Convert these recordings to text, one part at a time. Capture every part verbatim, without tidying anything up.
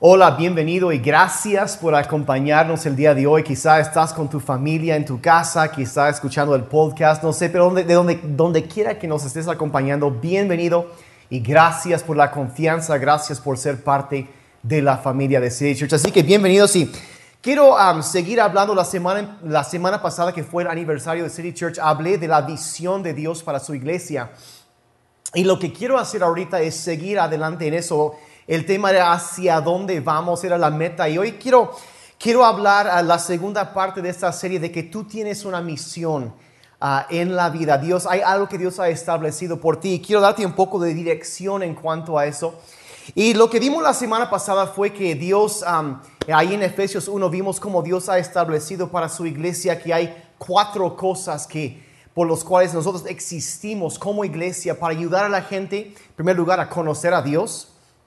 Hola, bienvenido y gracias por acompañarnos el día de hoy. Quizá estás con tu familia en tu casa, quizá escuchando el podcast, no sé, pero donde, de donde, donde quiera que nos estés acompañando, bienvenido y gracias por la confianza, gracias por ser parte de la familia de City Church. Así que bienvenidos y quiero um, seguir hablando. La semana, la semana pasada que fue el aniversario de City Church, hablé de la visión de Dios para su iglesia. Y lo que quiero hacer ahorita es seguir adelante en eso. El tema era hacia dónde vamos, era la meta. Y hoy quiero, quiero hablar a la segunda parte de esta serie de que tú tienes una misión uh, en la vida. Dios, hay algo que Dios ha establecido por ti. Y quiero darte un poco de dirección en cuanto a eso. Y lo que vimos la semana pasada fue que Dios, um, ahí en Efesios uno, vimos cómo Dios ha establecido para su iglesia que hay cuatro cosas que... por los cuales nosotros existimos como iglesia para ayudar a la gente, en primer lugar, a conocer a Dios,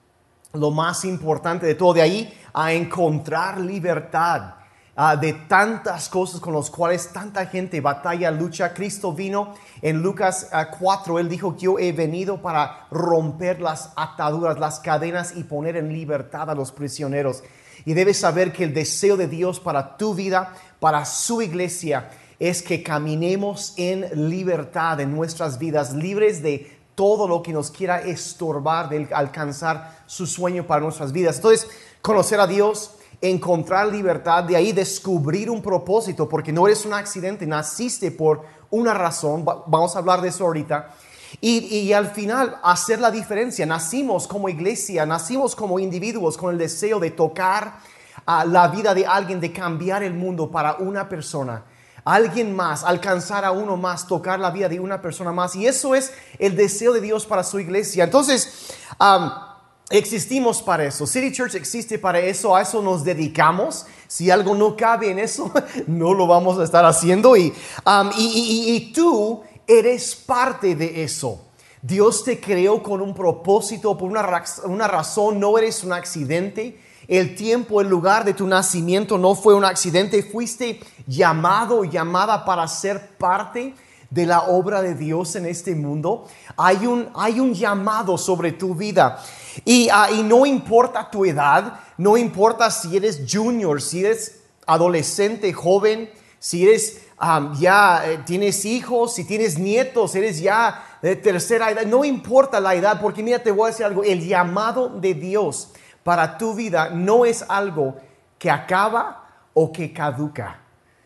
lo más importante de todo, de ahí a encontrar libertad uh, de tantas cosas con las cuales tanta gente batalla, lucha. Cristo vino en Lucas uh, cuatro, Él dijo que yo he venido para romper las ataduras, las cadenas y poner en libertad a los prisioneros. Y debes saber que el deseo de Dios para tu vida, para su iglesia, es que caminemos en libertad en nuestras vidas, libres de todo lo que nos quiera estorbar de alcanzar su sueño para nuestras vidas. Entonces, conocer a Dios, encontrar libertad, de ahí descubrir un propósito, porque no eres un accidente, naciste por una razón, vamos a hablar de eso ahorita, y, y al final hacer la diferencia. Nacimos como iglesia, nacimos como individuos con el deseo de tocar uh, la vida de alguien, de cambiar el mundo para una persona. Alguien más, alcanzar a uno más, tocar la vida de una persona más. Y eso es el deseo de Dios para su iglesia. Entonces, um, existimos para eso. City Church existe para eso. A eso nos dedicamos. Si algo no cabe en eso, no lo vamos a estar haciendo. Y, um, y, y, y tú eres parte de eso. Dios te creó con un propósito, por una, una razón. No eres un accidente. El tiempo, el lugar de tu nacimiento no fue un accidente. Fuiste llamado, llamada para ser parte de la obra de Dios en este mundo. Hay un, hay un llamado sobre tu vida. Y, uh, y no importa tu edad, no importa si eres junior, si eres adolescente, joven, si eres um, ya eh, tienes hijos, si tienes nietos, eres ya de tercera edad. No importa la edad, porque mira, te voy a decir algo. El llamado de Dios para tu vida no es algo que acaba o que caduca.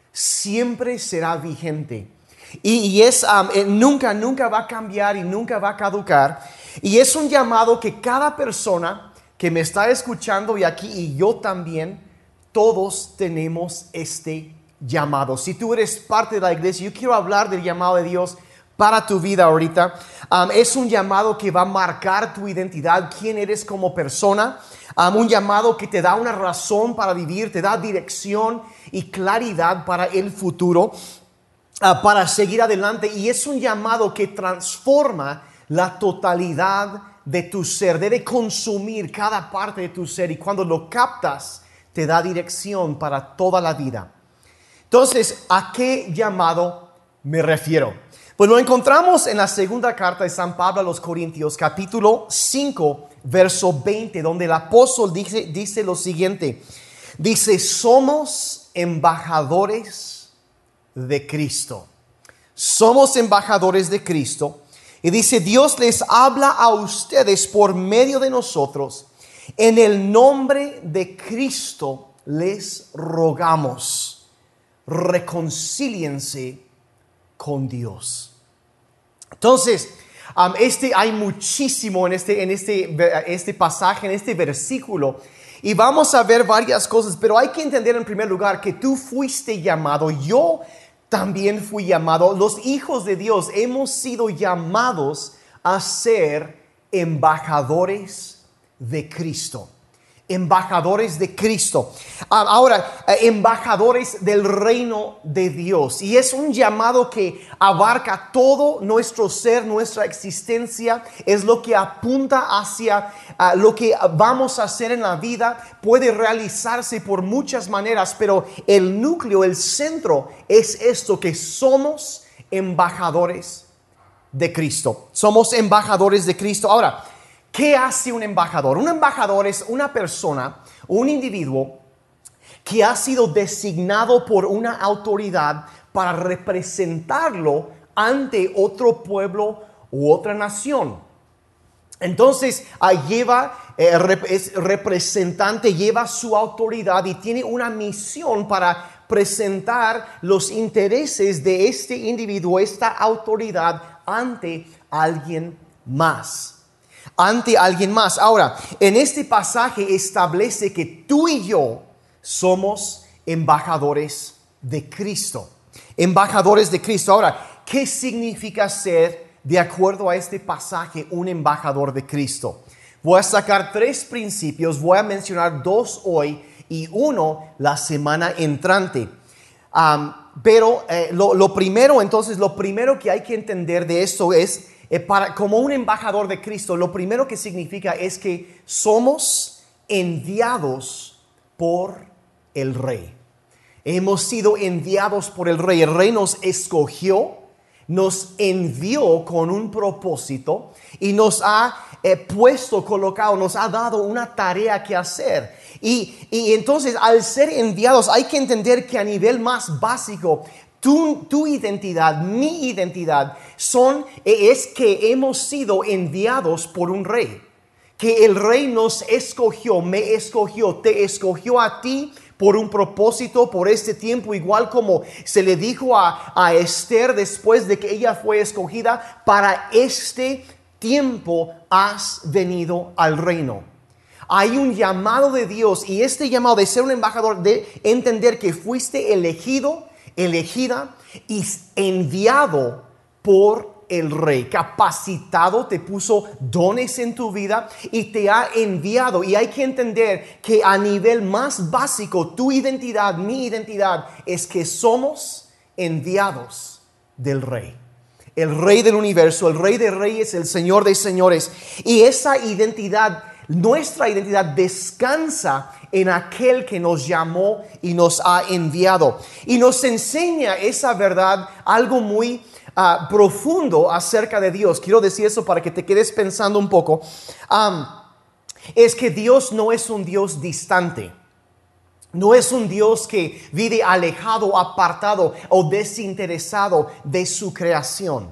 Siempre será vigente. Y, y es, um, eh, nunca, nunca va a cambiar y nunca va a caducar. Y es un llamado que cada persona que me está escuchando y aquí y yo también, todos tenemos este llamado. Si tú eres parte de la iglesia, yo quiero hablar del llamado de Dios para tu vida ahorita. Um, es un llamado que va a marcar tu identidad, quién eres como persona. Um, un llamado que te da una razón para vivir, te da dirección y claridad para el futuro, uh, para seguir adelante. Y es un llamado que transforma la totalidad de tu ser. Debe consumir cada parte de tu ser. Y cuando lo captas, te da dirección para toda la vida. Entonces, ¿a qué llamado me refiero? Pues lo encontramos en la segunda carta de San Pablo a los Corintios, capítulo cinco, verso veinte, donde el apóstol dice, dice lo siguiente. Dice, somos embajadores de Cristo. Somos embajadores de Cristo. Y dice, Dios les habla a ustedes por medio de nosotros. En el nombre de Cristo les rogamos, reconcíliense con Dios. Entonces, um, este, hay muchísimo en este, en este, este pasaje, en este versículo. Y vamos a ver varias cosas, pero hay que entender en primer lugar que tú fuiste llamado. Yo también fui llamado. Los hijos de Dios hemos sido llamados a ser embajadores de Cristo. Embajadores de Cristo. Ahora, embajadores del reino de Dios. Y es un llamado que abarca todo nuestro ser, nuestra existencia. Es lo que apunta hacia uh, lo que vamos a hacer en la vida. Puede realizarse por muchas maneras, pero el núcleo, el centro es esto, que somos embajadores de Cristo. Somos embajadores de Cristo. Ahora, ¿Qué hace un embajador? Un embajador es una persona, un individuo que ha sido designado por una autoridad para representarlo ante otro pueblo u otra nación. Entonces, ah, lleva, eh, rep- es representante, lleva su autoridad y tiene una misión para presentar los intereses de este individuo, esta autoridad, ante alguien más. Ante alguien más. Ahora, en este pasaje establece que tú y yo somos embajadores de Cristo. Embajadores de Cristo. Ahora, ¿qué significa ser, de acuerdo a este pasaje, un embajador de Cristo? Voy a sacar tres principios, voy a mencionar dos hoy y uno la semana entrante. Um, pero eh, lo, lo primero, entonces, lo primero que hay que entender de esto es, eh, para, como un embajador de Cristo, lo primero que significa es que somos enviados por el Rey. Hemos sido enviados por el Rey. El Rey nos escogió, nos envió con un propósito y nos ha eh, puesto, colocado, nos ha dado una tarea que hacer. Y, y entonces, al ser enviados, hay que entender que a nivel más básico, tu, tu identidad, mi identidad, son, es que hemos sido enviados por un Rey. Que el Rey nos escogió, me escogió, te escogió a ti por un propósito, por este tiempo, igual como se le dijo a, a Esther después de que ella fue escogida, para este tiempo has venido al reino. Hay un llamado de Dios y este llamado de ser un embajador, de entender que fuiste elegido, elegida y enviado por el Rey, capacitado, te puso dones en tu vida y te ha enviado. Y hay que entender que a nivel más básico, tu identidad, mi identidad, es que somos enviados del Rey. El Rey del universo, el Rey de reyes, el Señor de señores. Y esa identidad, nuestra identidad, descansa en aquel que nos llamó y nos ha enviado. Y nos enseña esa verdad, algo muy Uh, profundo acerca de Dios. Quiero decir eso para que te quedes pensando un poco. Um, es que Dios no es un Dios distante. No es un Dios que vive alejado, apartado o desinteresado de su creación.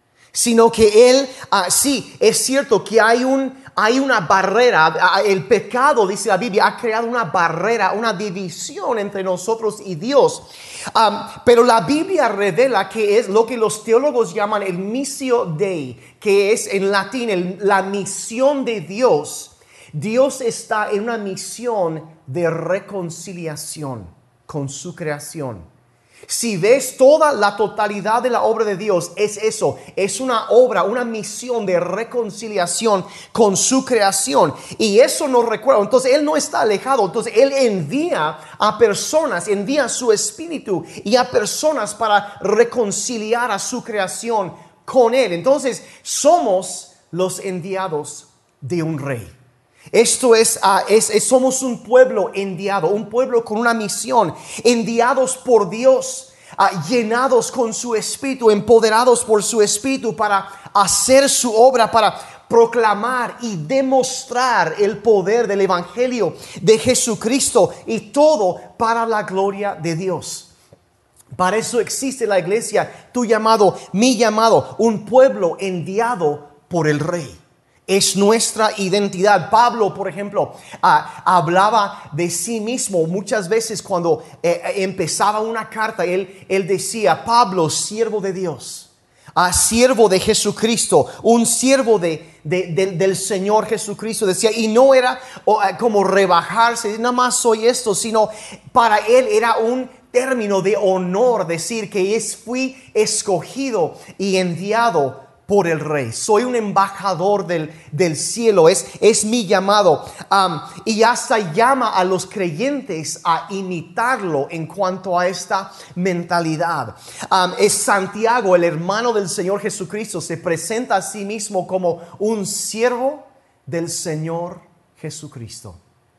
Sino que Él, uh, sí, es cierto que hay, un, hay una barrera. Uh, el pecado, dice la Biblia, ha creado una barrera, una división entre nosotros y Dios. Um, pero la Biblia revela que es lo que los teólogos llaman el missio Dei, que es en latín el, la misión de Dios. Dios está en una misión de reconciliación con su creación. Si ves toda la totalidad de la obra de Dios, es eso, es una obra, una misión de reconciliación con su creación. Y eso nos recuerda, entonces Él no está alejado, entonces Él envía a personas, envía su espíritu y a personas para reconciliar a su creación con Él. Entonces somos los enviados de un Rey. Esto es, uh, es, es, somos un pueblo enviado, un pueblo con una misión, enviados por Dios, uh, llenados con su espíritu, empoderados por su espíritu para hacer su obra, para proclamar y demostrar el poder del evangelio de Jesucristo, y todo para la gloria de Dios. Para eso existe la iglesia, tu llamado, mi llamado, un pueblo enviado por el Rey. Es nuestra identidad. Pablo, por ejemplo, uh, hablaba de sí mismo muchas veces cuando eh, empezaba una carta. Él, él decía, Pablo, siervo de Dios, uh, siervo de Jesucristo, un siervo de, de, de, del Señor Jesucristo. Decía, y no era uh, como rebajarse, nada más soy esto, sino para él era un término de honor decir que es, fui escogido y enviado por el Rey. Soy un embajador del, del cielo. Es, es mi llamado. Um, y hasta llama a los creyentes a imitarlo en cuanto a esta mentalidad. Um, es Santiago, el hermano del Señor Jesucristo, se presenta a sí mismo como un siervo del Señor Jesucristo.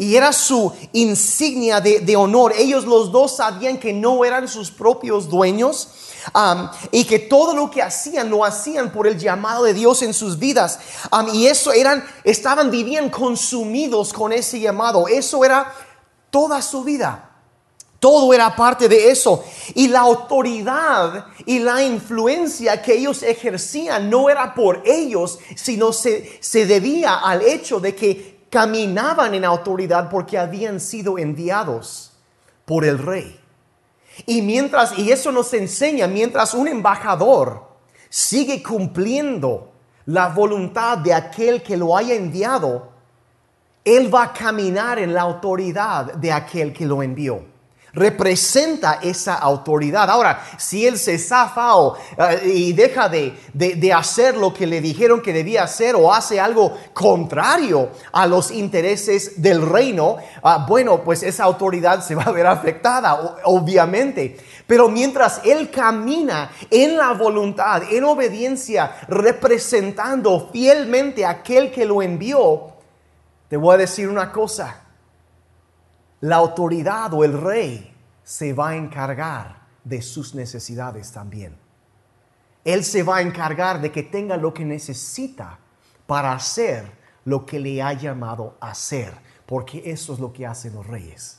y era su insignia de, de honor. Ellos los dos sabían que no eran sus propios dueños, um, y que todo lo que hacían lo hacían por el llamado de Dios en sus vidas, um, y eso eran, estaban, vivían consumidos con ese llamado. Eso era toda su vida. Todo era parte de eso. Y la autoridad y la influencia que ellos ejercían no era por ellos, sino se, se debía al hecho de que caminaban en autoridad porque habían sido enviados por el rey. Y mientras, y eso nos enseña, mientras un embajador sigue cumpliendo la voluntad de aquel que lo haya enviado, él va a caminar en la autoridad de aquel que lo envió. Representa esa autoridad. Ahora, si él se zafa o, uh, y deja de, de, de hacer lo que le dijeron que debía hacer, o hace algo contrario a los intereses del reino, uh, bueno, pues esa autoridad se va a ver afectada, obviamente. Pero mientras él camina en la voluntad, en obediencia, representando fielmente a aquel que lo envió, te voy a decir una cosa. La autoridad o el rey se va a encargar de sus necesidades también. Él se va a encargar de que tenga lo que necesita para hacer lo que le ha llamado a hacer, porque eso es lo que hacen los reyes.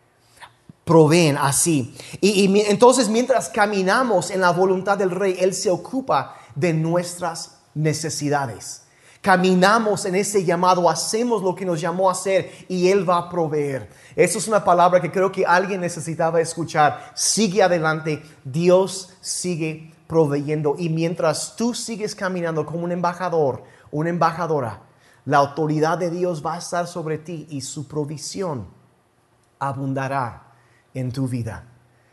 Proveen así. Y, y entonces, mientras caminamos en la voluntad del rey, Él se ocupa de nuestras necesidades. Caminamos en ese llamado, hacemos lo que nos llamó a hacer y Él va a proveer. Eso es una palabra que creo que alguien necesitaba escuchar. Sigue adelante, Dios sigue proveyendo. Y mientras tú sigues caminando como un embajador, una embajadora, la autoridad de Dios va a estar sobre ti y su provisión abundará en tu vida.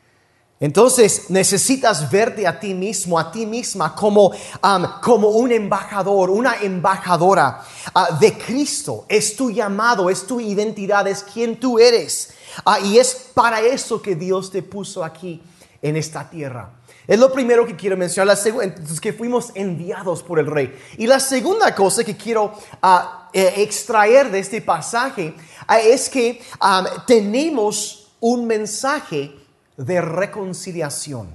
Entonces necesitas verte a ti mismo, a ti misma como, um, como un embajador, una embajadora uh, de Cristo. Es tu llamado, es tu identidad, es quien tú eres. Uh, y es para eso que Dios te puso aquí en esta tierra. Es lo primero que quiero mencionar, la seg- entonces, que fuimos enviados por el Rey. Y la segunda cosa que quiero uh, eh, extraer de este pasaje uh, es que um, tenemos un mensaje de reconciliación.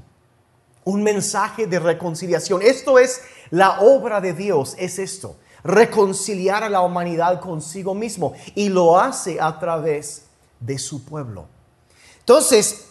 Un mensaje de reconciliación. Esto es la obra de Dios, es esto. Reconciliar a la humanidad consigo mismo. Y lo hace a través de su pueblo. Entonces,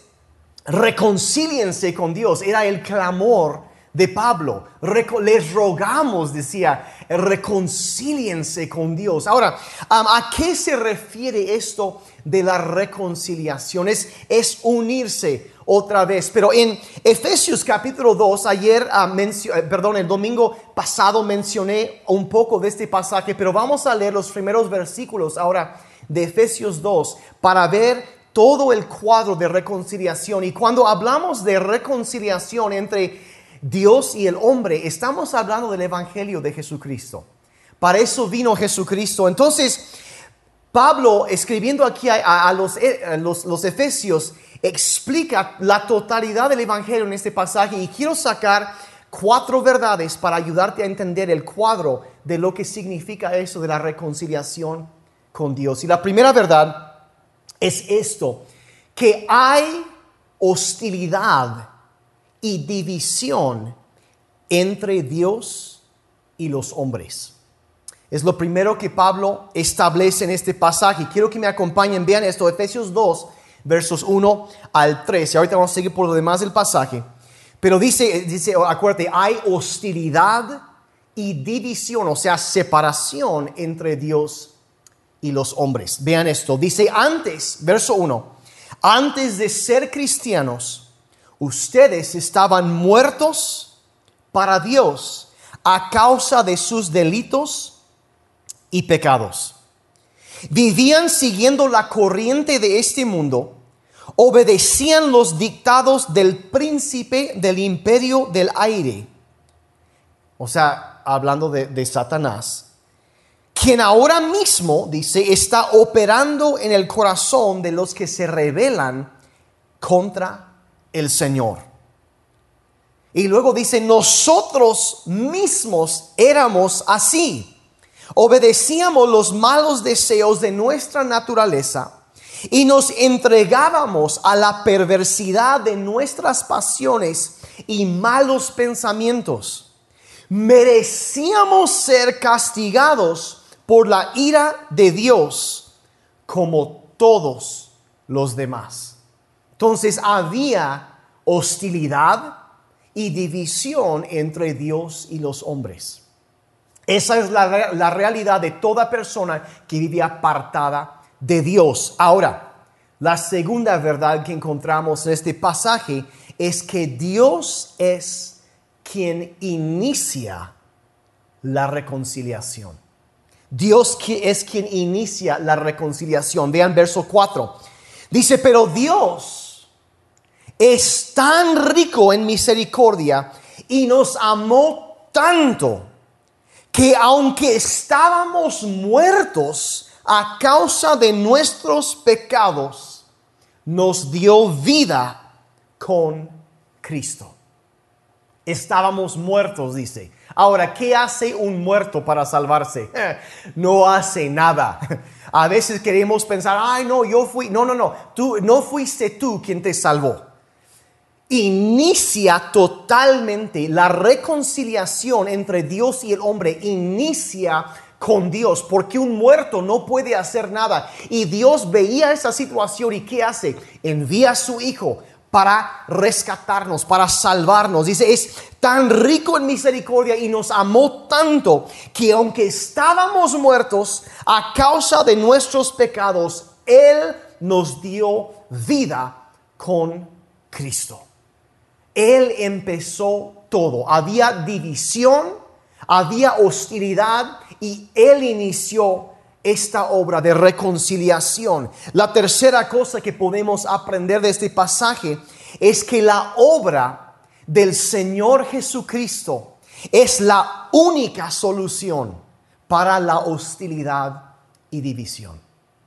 reconcíliense con Dios. Era el clamor de Pablo. Reco- les rogamos, decía, reconcíliense con Dios. Ahora, um, ¿a qué se refiere esto de la reconciliación? Es, es unirse otra vez. Pero en Efesios capítulo dos, ayer, uh, mencio- eh, perdón, el domingo pasado mencioné un poco de este pasaje, pero vamos a leer los primeros versículos ahora de Efesios dos para ver todo el cuadro de reconciliación. Y cuando hablamos de reconciliación entre Dios y el hombre, estamos hablando del evangelio de Jesucristo. Para eso vino Jesucristo. Entonces, Pablo, escribiendo aquí a, a, a, los, a los, los Efesios, explica la totalidad del evangelio en este pasaje. Y quiero sacar cuatro verdades para ayudarte a entender el cuadro de lo que significa eso de la reconciliación con Dios. Y la primera verdad es esto, que hay hostilidad y división entre Dios y los hombres. Es lo primero que Pablo establece en este pasaje. Quiero que me acompañen, vean esto, Efesios dos, versos uno al tres. Y ahorita vamos a seguir por lo demás del pasaje. Pero dice, dice, acuérdate, hay hostilidad y división, o sea, separación entre Dios y los hombres. Vean esto, dice antes, verso uno, antes de ser cristianos, ustedes estaban muertos para Dios a causa de sus delitos y pecados. Vivían siguiendo la corriente de este mundo, obedecían los dictados del príncipe del imperio del aire, o sea, hablando de, de Satanás, quien ahora mismo, dice, está operando en el corazón de los que se rebelan contra el Señor. Y luego dice, nosotros mismos éramos así. obedecíamos los malos deseos de nuestra naturaleza y nos entregábamos a la perversidad de nuestras pasiones y malos pensamientos, merecíamos ser castigados por la ira de Dios como todos los demás. Entonces había hostilidad y división entre Dios y los hombres. Esa es la, la realidad de toda persona que vivía apartada de Dios. Ahora, la segunda verdad que encontramos en este pasaje es que Dios es quien inicia la reconciliación. Dios es quien inicia la reconciliación. Vean verso cuatro. Dice, pero Dios es tan rico en misericordia y nos amó tanto que aunque estábamos muertos a causa de nuestros pecados, nos dio vida con Cristo. Estábamos muertos, dice. Ahora, ¿qué hace un muerto para salvarse? No hace nada. A veces queremos pensar, ay no, yo fui. No, no, no. Tú, no fuiste tú quien te salvó. Inicia totalmente la reconciliación entre Dios y el hombre. Inicia con Dios, porque un muerto no puede hacer nada. Y Dios veía esa situación y ¿qué hace? Envía a su Hijo para rescatarnos, para salvarnos. Dice, es tan rico en misericordia y nos amó tanto que aunque estábamos muertos a causa de nuestros pecados, Él nos dio vida con Cristo. Él empezó todo. Había división, había hostilidad y Él inició esta obra de reconciliación. La tercera cosa que podemos aprender de este pasaje es que la obra del Señor Jesucristo es la única solución para la hostilidad y división.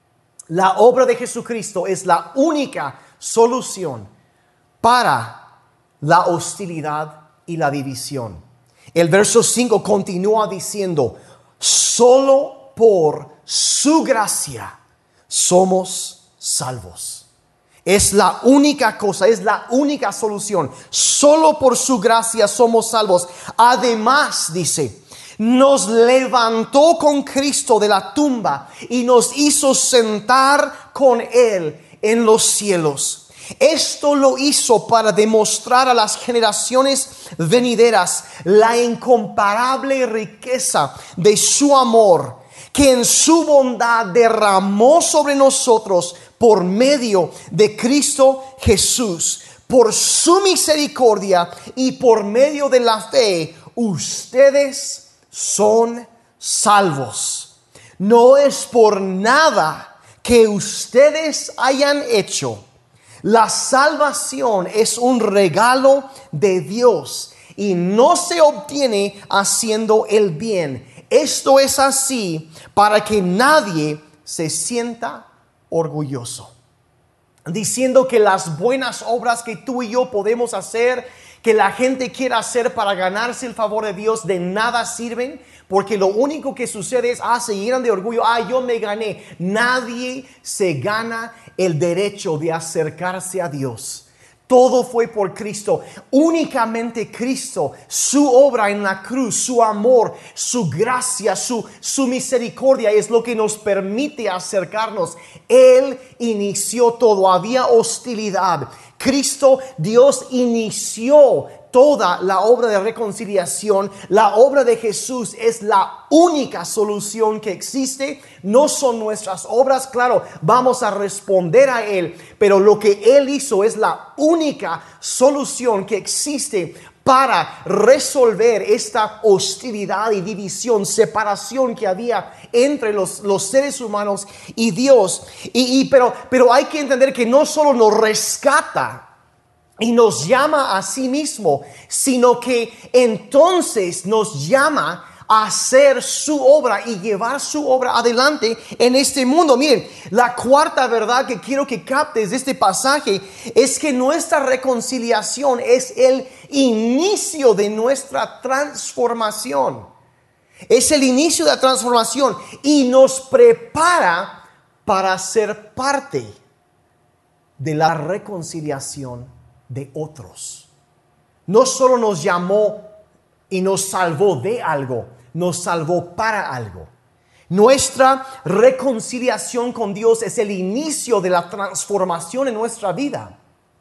La obra de Jesucristo es la única solución para la hostilidad y la división. El verso cinco continúa diciendo, solo por su gracia somos salvos. Es la única cosa, es la única solución. Solo por su gracia somos salvos. Además, dice, nos levantó con Cristo de la tumba y nos hizo sentar con Él en los cielos. Esto lo hizo para demostrar a las generaciones venideras la incomparable riqueza de su amor, que en su bondad derramó sobre nosotros por medio de Cristo Jesús. Por su misericordia y por medio de la fe, ustedes son salvos. No es por nada que ustedes hayan hecho. La salvación es un regalo de Dios y no se obtiene haciendo el bien. Esto es así para que nadie se sienta orgulloso, diciendo que las buenas obras que tú y yo podemos hacer, que la gente quiera hacer para ganarse el favor de Dios, de nada sirven, porque lo único que sucede es, ah, se llenan de orgullo, ah, yo me gané. Nadie se gana el derecho de acercarse a Dios. Todo fue por Cristo. Únicamente Cristo, su obra en la cruz, su amor, su gracia, su, su misericordia es lo que nos permite acercarnos. Él inició todo. Había hostilidad. Cristo, Dios inició toda la obra de reconciliación. La obra de Jesús es la única solución que existe. No son nuestras obras, claro, vamos a responder a Él, pero lo que Él hizo es la única solución que existe para resolver esta hostilidad y división, separación que había entre los, los seres humanos y Dios. Y, y, pero, pero hay que entender que no solo nos rescata y nos llama a sí mismo, sino que entonces nos llama a hacer su obra y llevar su obra adelante en este mundo. Miren, la cuarta verdad que quiero que captes de este pasaje es que nuestra reconciliación es el inicio de nuestra transformación. Es el inicio de la transformación y nos prepara para ser parte de la reconciliación de otros. No solo nos llamó y nos salvó de algo, nos salvó para algo. Nuestra reconciliación con Dios es el inicio de la transformación en nuestra vida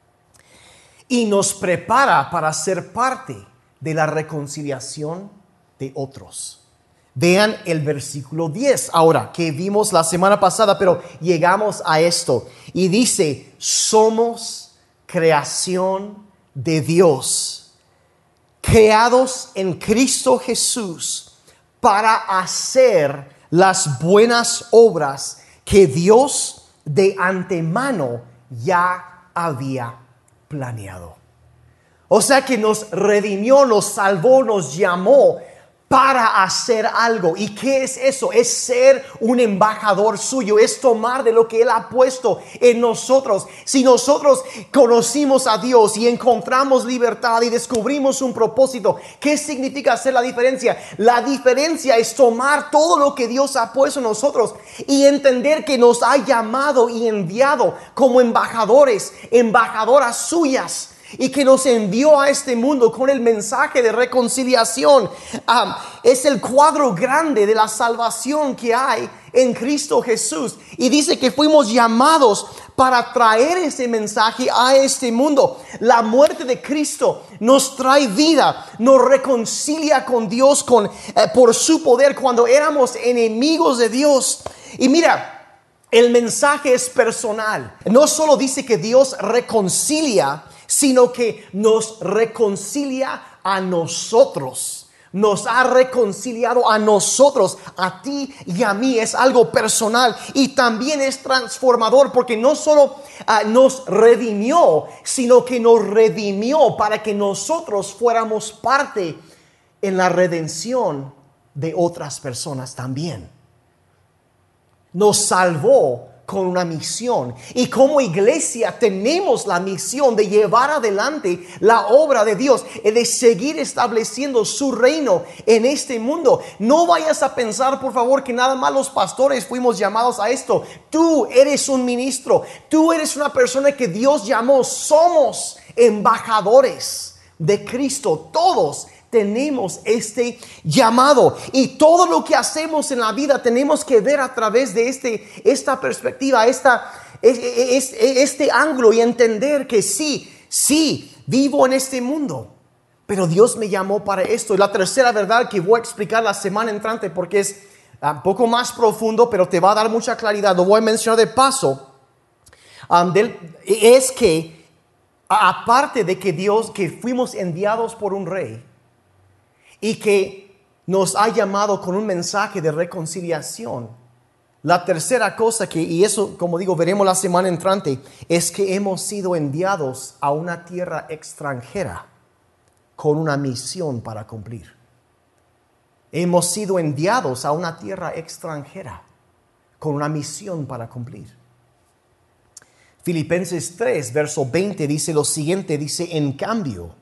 y nos prepara para ser parte de la reconciliación de otros. Vean el versículo diez ahora, que vimos la semana pasada, pero llegamos a esto. Y dice, somos creación de Dios, creados en Cristo Jesús para hacer las buenas obras que Dios de antemano ya había planeado. O sea que nos redimió, nos salvó, nos llamó para hacer algo. ¿Y qué es eso? Es ser un embajador suyo, es tomar de lo que Él ha puesto en nosotros. Si nosotros conocimos a Dios y encontramos libertad y descubrimos un propósito, ¿qué significa hacer la diferencia? La diferencia es tomar todo lo que Dios ha puesto en nosotros y entender que nos ha llamado y enviado como embajadores, embajadoras suyas, y que nos envió a este mundo con el mensaje de reconciliación. Um, es el cuadro grande de la salvación que hay en Cristo Jesús. Y dice que fuimos llamados para traer ese mensaje a este mundo. La muerte de Cristo nos trae vida, nos reconcilia con Dios con, eh, por su poder cuando éramos enemigos de Dios. Y mira, el mensaje es personal. No solo dice que Dios reconcilia, sino que nos reconcilia a nosotros. Nos ha reconciliado a nosotros, a ti y a mí. Es algo personal y también es transformador, porque no solo uh, nos redimió, sino que nos redimió para que nosotros fuéramos parte en la redención de otras personas también. Nos salvó con una misión, y como iglesia tenemos la misión de llevar adelante la obra de Dios y de seguir estableciendo su reino en este mundo. No vayas a pensar, por favor, que nada más los pastores fuimos llamados a esto. Tú eres un ministro, tú eres una persona que Dios llamó. Somos embajadores de Cristo, todos tenemos este llamado, y todo lo que hacemos en la vida tenemos que ver a través de este, esta perspectiva, esta, este, este ángulo, y entender que sí, sí, vivo en este mundo, pero Dios me llamó para esto. Y la tercera verdad que voy a explicar la semana entrante, porque es un poco más profundo, pero te va a dar mucha claridad, lo voy a mencionar de paso, um, del, es que aparte de que Dios, que fuimos enviados por un rey, y que nos ha llamado con un mensaje de reconciliación, la tercera cosa que, y eso como digo veremos la semana entrante, es que hemos sido enviados a una tierra extranjera con una misión para cumplir. Hemos sido enviados a una tierra extranjera con una misión para cumplir. Filipenses tres, verso veinte dice lo siguiente, dice: en cambio,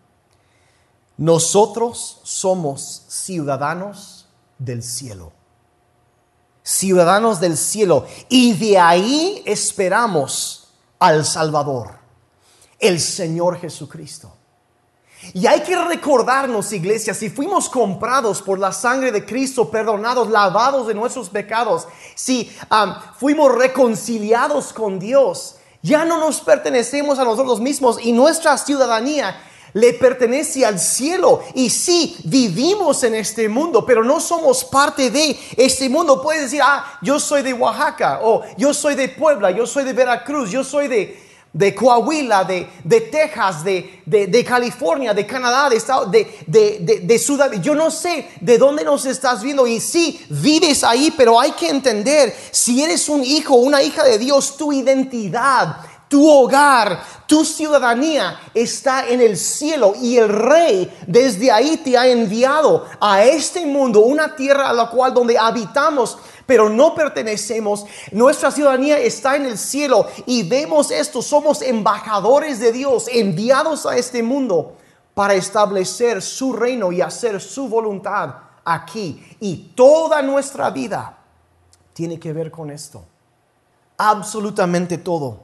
nosotros somos ciudadanos del cielo, ciudadanos del cielo, y de ahí esperamos al Salvador, el Señor Jesucristo. Y hay que recordarnos, iglesia, si fuimos comprados por la sangre de Cristo, perdonados, lavados de nuestros pecados, si um, fuimos reconciliados con Dios, ya no nos pertenecemos a nosotros mismos, y nuestra ciudadanía le pertenece al cielo. Y sí, vivimos en este mundo, pero no somos parte de este mundo. Puedes decir: ah, yo soy de Oaxaca, o yo soy de Puebla, yo soy de Veracruz, yo soy de, de Coahuila, de, de Texas, de, de, de California, de Canadá, de, de, de, de, de Sudamérica. Yo no sé de dónde nos estás viendo, y sí, vives ahí, pero hay que entender, si eres un hijo o una hija de Dios, tu identidad, tu hogar, tu ciudadanía está en el cielo, y el Rey desde ahí te ha enviado a este mundo, una tierra a la cual donde habitamos, pero no pertenecemos. Nuestra ciudadanía está en el cielo, y vemos esto: somos embajadores de Dios, enviados a este mundo para establecer su reino y hacer su voluntad aquí. Y toda nuestra vida tiene que ver con esto. Absolutamente todo.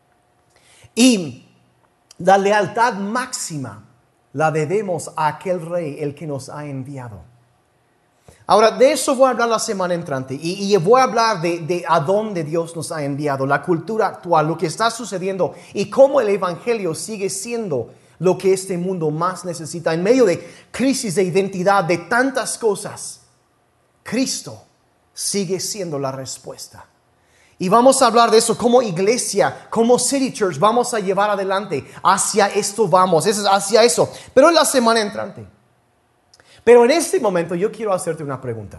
Y la lealtad máxima la debemos a aquel rey, el que nos ha enviado. Ahora, de eso voy a hablar la semana entrante. Y, y voy a hablar de, de a dónde Dios nos ha enviado, la cultura actual, lo que está sucediendo y cómo el evangelio sigue siendo lo que este mundo más necesita. En medio de crisis de identidad, de tantas cosas, Cristo sigue siendo la respuesta. Y vamos a hablar de eso como iglesia, como City Church, vamos a llevar adelante. Hacia esto vamos, hacia eso. Pero en la semana entrante. Pero en este momento yo quiero hacerte una pregunta.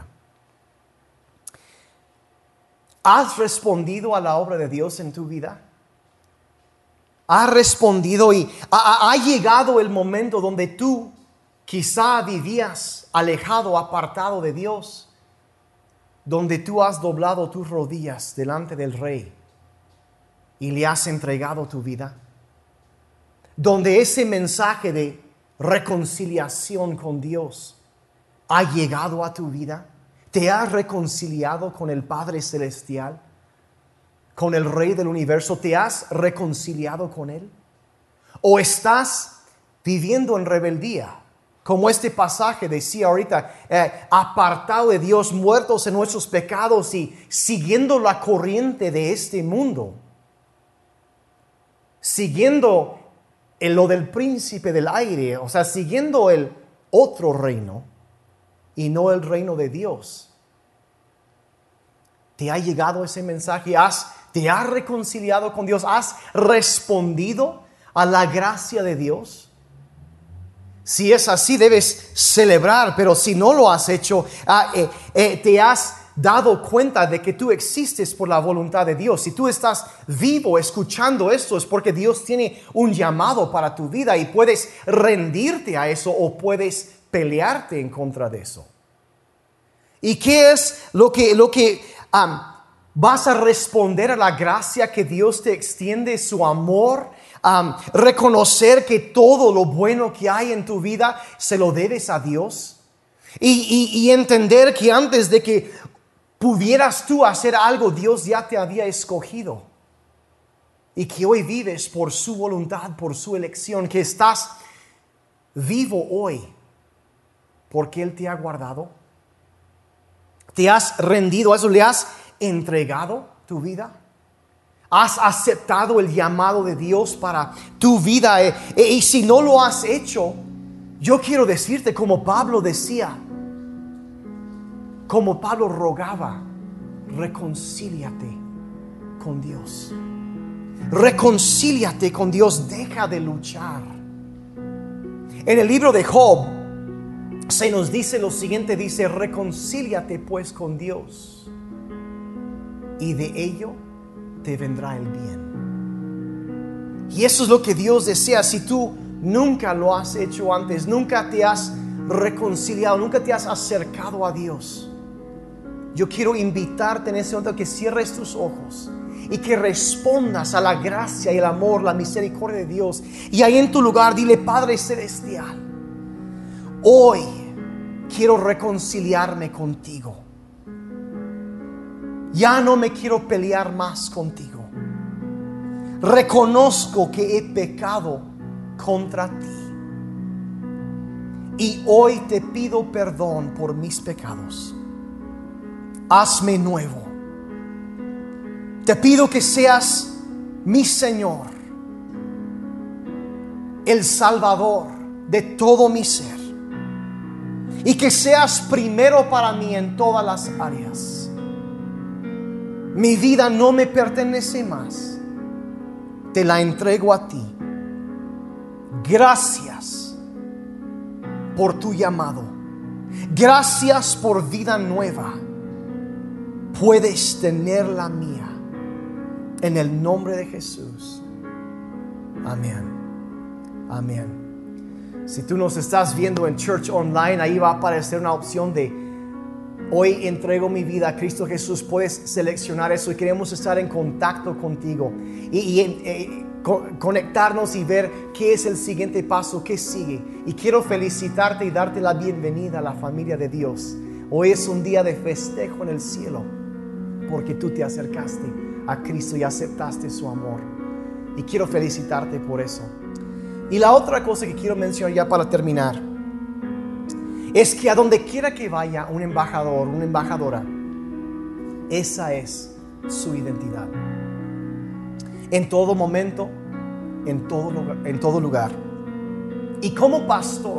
¿Has respondido a la obra de Dios en tu vida? ¿Has respondido y ha, ha llegado el momento donde tú quizá vivías alejado, apartado de Dios? Donde tú has doblado tus rodillas delante del Rey y le has entregado tu vida. Donde ese mensaje de reconciliación con Dios ha llegado a tu vida. ¿Te has reconciliado con el Padre Celestial? ¿Con el Rey del Universo? ¿Te has reconciliado con Él? ¿O estás viviendo en rebeldía? Como este pasaje decía ahorita, eh, apartado de Dios, muertos en nuestros pecados y siguiendo la corriente de este mundo. Siguiendo en lo del príncipe del aire, o sea, siguiendo el otro reino y no el reino de Dios. ¿Te ha llegado ese mensaje? ¿Has, ¿Te has reconciliado con Dios? ¿Has respondido a la gracia de Dios? Si es así, debes celebrar, pero si no lo has hecho, ah, eh, eh, te has dado cuenta de que tú existes por la voluntad de Dios. Si tú estás vivo escuchando esto, es porque Dios tiene un llamado para tu vida y puedes rendirte a eso o puedes pelearte en contra de eso. ¿Y qué es lo que, lo que um, vas a responder a la gracia que Dios te extiende, su amor? Um, reconocer que todo lo bueno que hay en tu vida se lo debes a Dios y, y, y entender que antes de que pudieras tú hacer algo, Dios ya te había escogido y que hoy vives por su voluntad, por su elección, que estás vivo hoy porque Él te ha guardado. ¿Te has rendido a eso? ¿Le has entregado tu vida? ¿Has aceptado el llamado de Dios para tu vida? Eh, eh, y si no lo has hecho, yo quiero decirte como Pablo decía, como Pablo rogaba, reconcíliate con Dios. Reconcíliate con Dios, deja de luchar. En el libro de Job se nos dice lo siguiente, dice, reconcíliate pues con Dios y de ello te vendrá el bien. Y eso es lo que Dios desea. Si tú nunca lo has hecho antes, nunca te has reconciliado, nunca te has acercado a Dios, yo quiero invitarte en ese momento a que cierres tus ojos y que respondas a la gracia y el amor, la misericordia de Dios. Y ahí en tu lugar dile, Padre Celestial, hoy quiero reconciliarme contigo. Ya no me quiero pelear más contigo. Reconozco que he pecado contra ti. Y hoy te pido perdón por mis pecados. Hazme nuevo. Te pido que seas mi Señor, el Salvador de todo mi ser. Y que seas primero para mí en todas las áreas. Mi vida no me pertenece más. Te la entrego a ti. Gracias por tu llamado. Gracias por vida nueva. Puedes tener la mía. En el nombre de Jesús. Amén. Amén. Si tú nos estás viendo en Church Online, ahí va a aparecer una opción de hoy entrego mi vida a Cristo Jesús. Puedes seleccionar eso y queremos estar en contacto contigo. Y, y eh, co- conectarnos y ver qué es el siguiente paso, qué sigue. Y quiero felicitarte y darte la bienvenida a la familia de Dios. Hoy es un día de festejo en el cielo, porque tú te acercaste a Cristo y aceptaste su amor. Y quiero felicitarte por eso. Y la otra cosa que quiero mencionar ya para terminar es que a donde quiera que vaya un embajador, una embajadora, esa es su identidad. En todo momento, en todo lugar, en todo lugar. Y como pastor,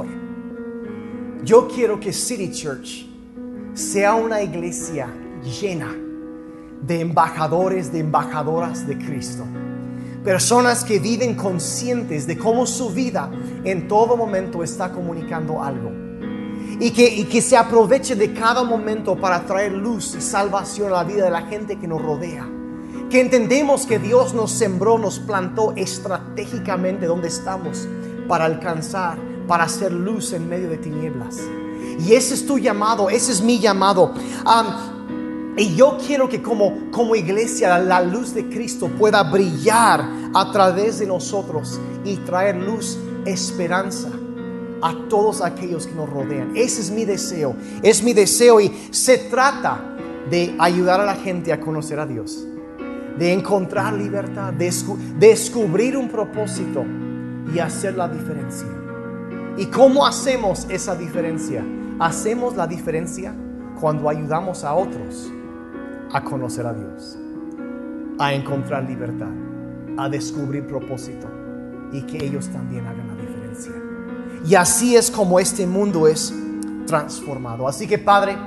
yo quiero que City Church sea una iglesia llena de embajadores, de embajadoras de Cristo. Personas que viven conscientes de cómo su vida en todo momento está comunicando algo. Y que, y que se aproveche de cada momento para traer luz y salvación a la vida de la gente que nos rodea. Que entendemos que Dios nos sembró, nos plantó estratégicamente donde estamos para alcanzar, para hacer luz en medio de tinieblas. Y ese es tu llamado, ese es mi llamado. Um, y yo quiero que como, como iglesia la luz de Cristo pueda brillar a través de nosotros y traer luz, esperanza a todos aquellos que nos rodean. Ese es mi deseo, es mi deseo y se trata de ayudar a la gente a conocer a Dios, de encontrar libertad, de descu- descubrir un propósito y hacer la diferencia. ¿Y cómo hacemos esa diferencia? Hacemos la diferencia cuando ayudamos a otros a conocer a Dios, a encontrar libertad, a descubrir propósito y que ellos también hagan la diferencia. Y así es como este mundo es transformado. Así que, Padre,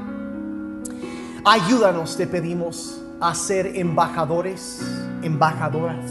ayúdanos, te pedimos, a ser embajadores, embajadoras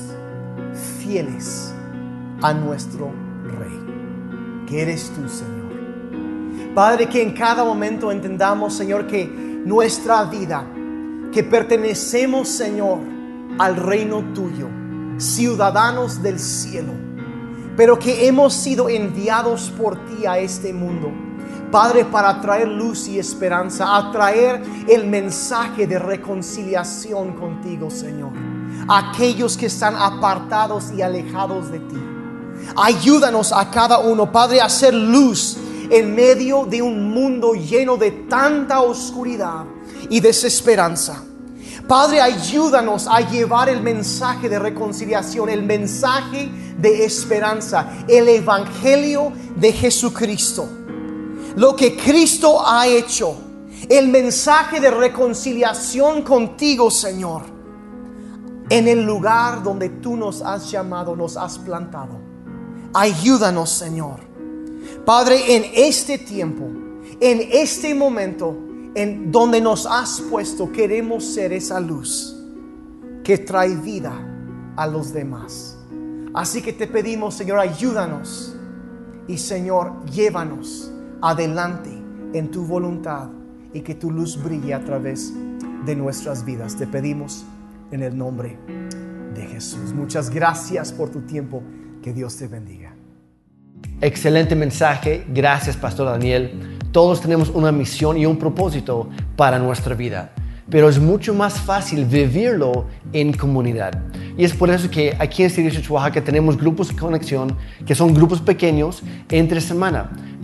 fieles a nuestro Rey, que eres tú, Señor. Padre, que en cada momento entendamos, Señor, que nuestra vida, que pertenecemos, Señor, al reino tuyo, ciudadanos del cielo, pero que hemos sido enviados por ti a este mundo, Padre, para traer luz y esperanza, a traer el mensaje de reconciliación contigo, Señor, a aquellos que están apartados y alejados de ti. Ayúdanos a cada uno, Padre, a hacer luz en medio de un mundo lleno de tanta oscuridad y desesperanza. Padre, ayúdanos a llevar el mensaje de reconciliación, el mensaje de esperanza, el evangelio de Jesucristo. Lo que Cristo ha hecho, el mensaje de reconciliación contigo, Señor, en el lugar donde tú nos has llamado, nos has plantado. Ayúdanos, Señor. Padre, en este tiempo, en este momento, en donde nos has puesto, queremos ser esa luz que trae vida a los demás. Así que te pedimos, Señor, ayúdanos y, Señor, llévanos adelante en tu voluntad y que tu luz brille a través de nuestras vidas. Te pedimos en el nombre de Jesús. Muchas gracias por tu tiempo. Que Dios te bendiga. Excelente mensaje. Gracias, Pastor Daniel. Todos tenemos una misión y un propósito para nuestra vida, pero es mucho más fácil vivirlo en comunidad. Y es por eso que aquí en City Church Oaxaca tenemos grupos de conexión que son grupos pequeños entre semana.